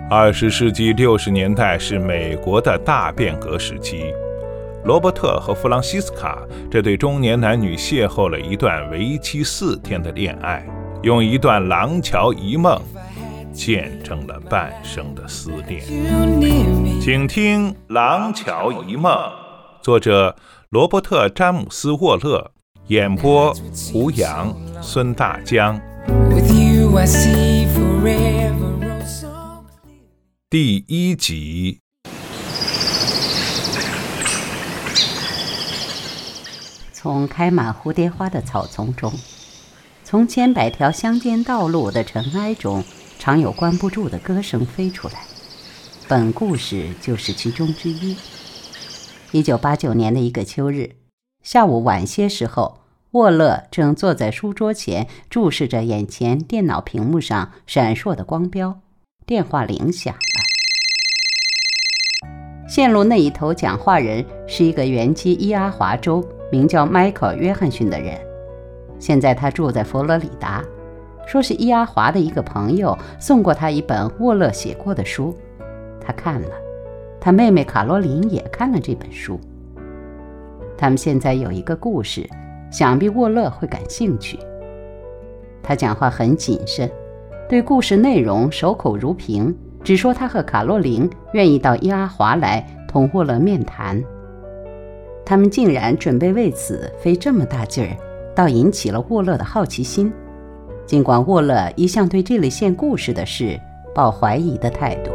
20世纪60年代是美国的大变革时期，罗伯特和弗朗西斯卡这对中年男女邂逅了一段为期4天的恋爱，用一段廊桥遗梦见证了半生的思念。请听《廊桥遗梦》，作者罗伯特·詹姆斯·沃勒，演播胡杨、孙大江。第1集。 从开满蝴蝶花的草丛中，从千百条乡间道路的尘埃中，常有关不住的歌声飞出来。本故事就是其中之一。1989年的一个秋日，下午晚些时候，沃勒正坐在书桌前，注视着眼前电脑屏幕上闪烁的光标。电话铃响了。线路那一头讲话人是一个原籍伊阿华州，名叫迈克尔·约翰逊的人。现在他住在佛罗里达，说是伊阿华的一个朋友送过他一本沃勒写过的书，他看了，他妹妹卡罗琳也看了这本书。他们现在有一个故事，想必沃勒会感兴趣。他讲话很谨慎，对故事内容守口如瓶，只说他和卡洛琳愿意到伊阿华来同沃勒面谈。他们竟然准备为此费这么大劲儿，倒引起了沃勒的好奇心，尽管沃勒一向对这类线故事的事抱怀疑的态度。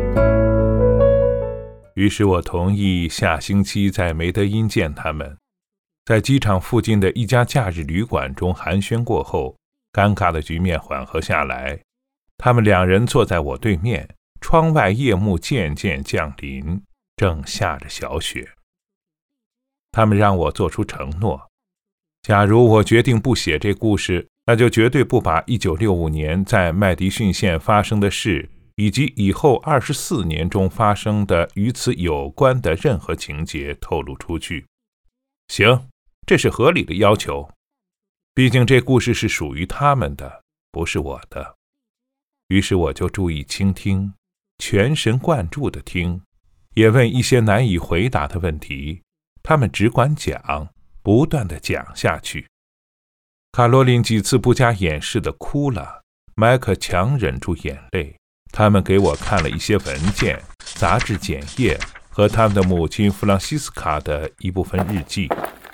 于是我同意下星期在梅德因见他们。在机场附近的一家假日旅馆中寒暄过后，尴尬的局面缓和下来。他们2人坐在我对面，窗外夜幕渐渐降临，正下着小雪。他们让我做出承诺，假如我决定不写这故事，那就绝对不把1965年在麦迪逊县发生的事，以及以后24年中发生的与此有关的任何情节透露出去。行，这是合理的要求，毕竟这故事是属于他们的，不是我的。于是我就注意倾听，全神贯注地听，也问一些难以回答的问题，他们只管讲，不断地讲下去。卡罗琳几次不加掩饰地哭了，麦克强忍住眼泪。他们给我看了一些文件、杂志简页和他们的母亲弗朗西斯卡的一部分日记。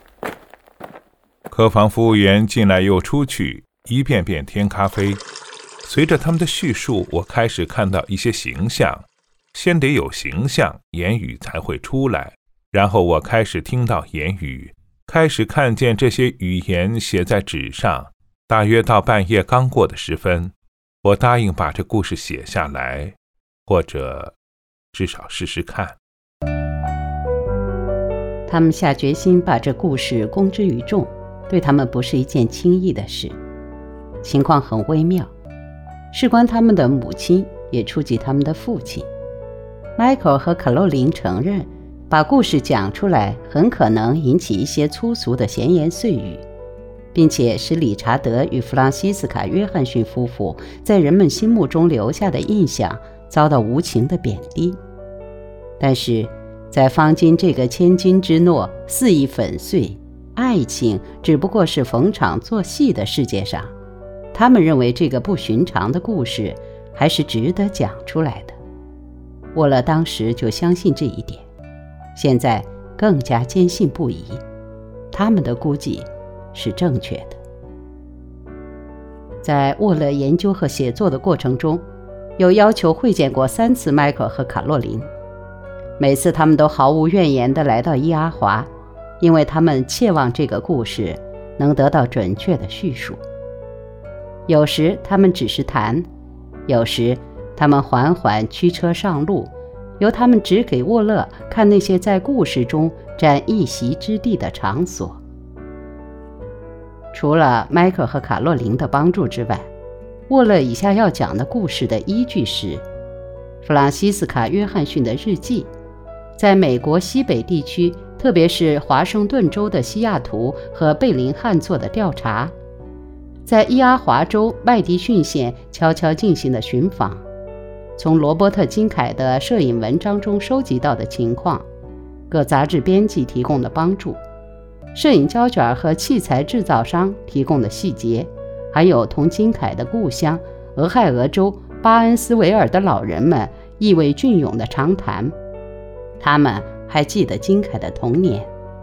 客房服务员进来又出去，一遍遍添咖啡。随着他们的叙述，我开始看到一些形象，先得有形象，言语才会出来。然后我开始听到言语，开始看见这些语言写在纸上。大约到半夜刚过的时分，我答应把这故事写下来，或者至少试试看。 他们下决心把这故事公之于众，对他们不是一件轻易的事。情况很微妙，事关他们的母亲，也触及他们的父亲。迈克尔和卡洛琳承认，把故事讲出来很可能引起一些粗俗的闲言碎语，并且使理查德与弗朗西斯卡·约翰逊夫妇在人们心目中留下的印象遭到无情的贬低。但是在方今这个千金之诺肆意粉碎，爱情只不过是逢场作戏的世界上，他们认为这个不寻常的故事还是值得讲出来的。沃勒当时就相信这一点，现在更加坚信不疑，他们的估计是正确的。在沃勒研究和写作的过程中，有要求会见过3次迈克尔和卡洛琳，每次他们都毫无怨言地来到伊阿华，因为他们切望这个故事能得到准确的叙述。有时他们只是谈，有时他们缓缓驱车上路，由他们指给沃勒看那些在故事中占一席之地的场所。除了迈克尔和卡洛琳的帮助之外，沃勒以下要讲的故事的依据是弗朗西斯卡·约翰逊的日记，在美国西北地区，特别是华盛顿州的西雅图和贝林汉做的调查，在伊阿华州麦迪逊县悄悄进行的寻访， 从罗伯特·金凯的摄影文章中收集到的情况，各杂志编辑提供的帮助，摄影胶卷和器材制造商提供的细节，还有同金凯的故乡俄亥俄州巴恩斯维尔的老人们意味隽永的长谈。他们还记得金凯的童年。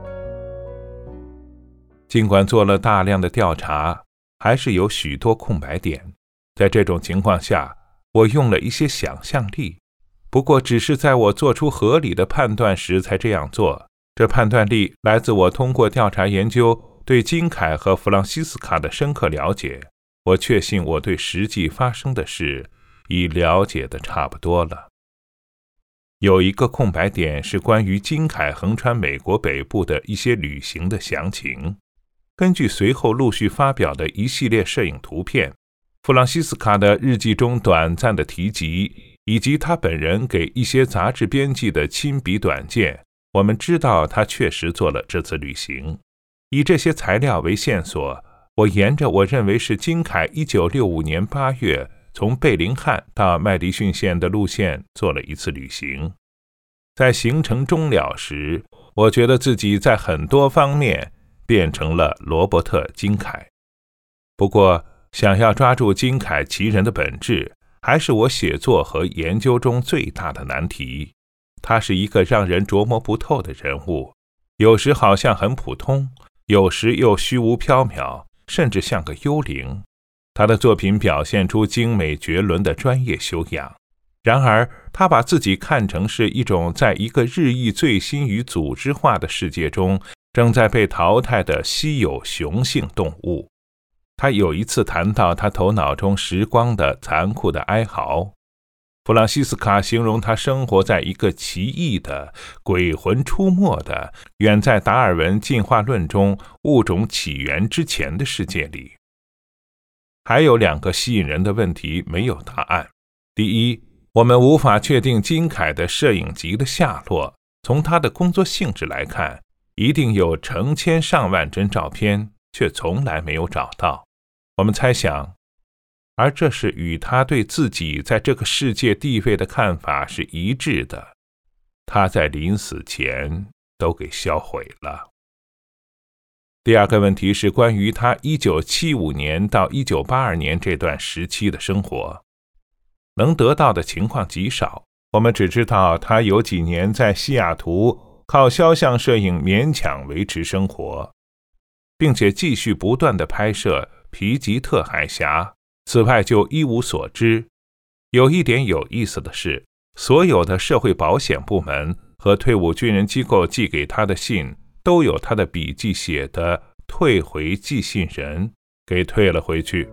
尽管做了大量的调查，还是有许多空白点。在这种情况下，我用了一些想象力，不过只是在我做出合理的判断时才这样做。这判断力来自我通过调查研究对金凯和弗朗西斯卡的深刻了解。我确信我对实际发生的事已了解得差不多了。有一个空白点是关于金凯横穿美国北部的一些旅行的详情。根据随后陆续发表的一系列摄影图片，弗朗西斯卡的日记中短暂的提及，以及他本人给一些杂志编辑的亲笔短见，我们知道他确实做了这次旅行。以这些材料为线索，我沿着我认为是金凯1965年8月从贝林汉到麦迪逊县的路线做了一次旅行。在行程终了时，我觉得自己在很多方面变成了罗伯特·金凯。不过，想要抓住金凯其人的本质，还是我写作和研究中最大的难题。他是一个让人琢磨不透的人物，有时好像很普通，有时又虚无缥缈，甚至像个幽灵。他的作品表现出精美绝伦的专业修养，然而他把自己看成是一种在一个日益最新与组织化的世界中正在被淘汰的稀有雄性动物。他有一次谈到他头脑中时光的残酷的哀嚎。弗朗西斯卡形容他生活在一个奇异的、鬼魂出没的、远在达尔文进化论中物种起源之前的世界里。还有两个吸引人的问题没有答案。第一，我们无法确定金凯的摄影集的下落。从他的工作性质来看，一定有成千上万帧照片，却从来没有找到。我们猜想，而这是与他对自己在这个世界地位的看法是一致的。他在临死前都给销毁了。第二个问题是关于他1975年到1982年这段时期的生活。能得到的情况极少，我们只知道他有几年在西雅图靠肖像摄影勉强维持生活，并且继续不断地拍摄皮吉特海峡，此外就一无所知。有一点有意思的是，所有的社会保险部门和退伍军人机构寄给他的信都有他的笔记写的退回寄信人给退了回去。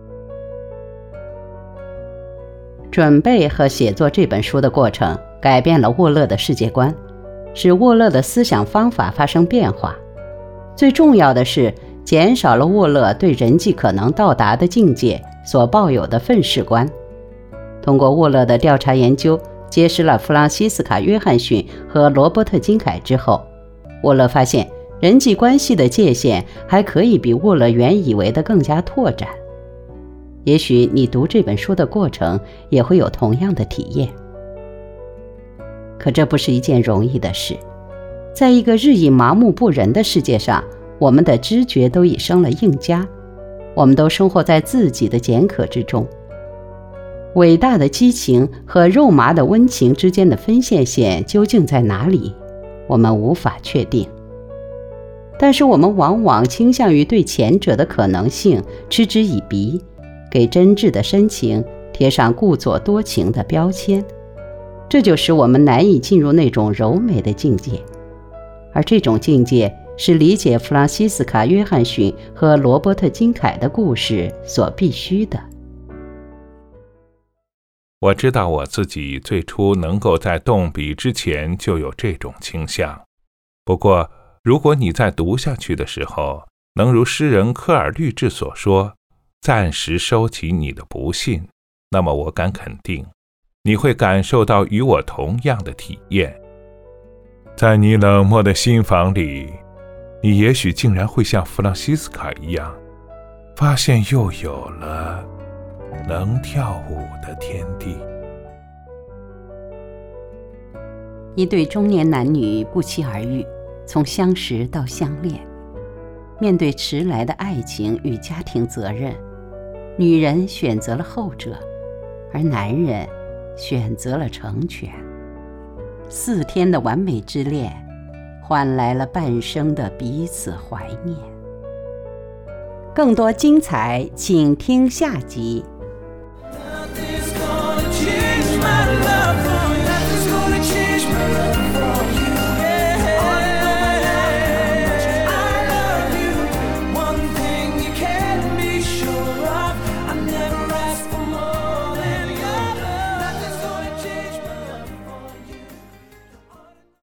准备和写作这本书的过程改变了沃勒的世界观，使沃勒的思想方法发生变化。最重要的是，减少了沃勒对人际可能到达的境界所抱有的愤世观。通过沃勒的调查研究，揭示了弗朗西斯卡·约翰逊和罗伯特·金凯之后，沃勒发现人际关系的界限还可以比沃勒原以为的更加拓展。也许你读这本书的过程也会有同样的体验。可这不是一件容易的事。在一个日益麻木不仁的世界上，我们的知觉都已生了硬痂，我们都生活在自己的茧壳之中。伟大的激情和肉麻的温情之间的分界线究竟在哪里，我们无法确定。但是我们往往倾向于对前者的可能性嗤之以鼻，给真挚的深情贴上故作多情的标签，这就使我们难以进入那种柔美的境界。而这种境界是理解弗朗西斯卡·约翰逊和罗伯特·金凯的故事所必须的。 我知道我自己最初能够在动笔之前就有这种倾向，不过如果你在读下去的时候能如诗人科尔律治所说，暂时收起你的不幸，那么我敢肯定你会感受到与我同样的体验。在你冷漠的心房里，你也许竟然会像弗朗西斯卡一样，发现又有了能跳舞的天地。 一对中年男女不期而遇，从相识到相恋。面对迟来的爱情与家庭责任，女人选择了后者，而男人选择了成全。4天的完美之恋，换来了半生的彼此怀念。更多精彩，请听下集。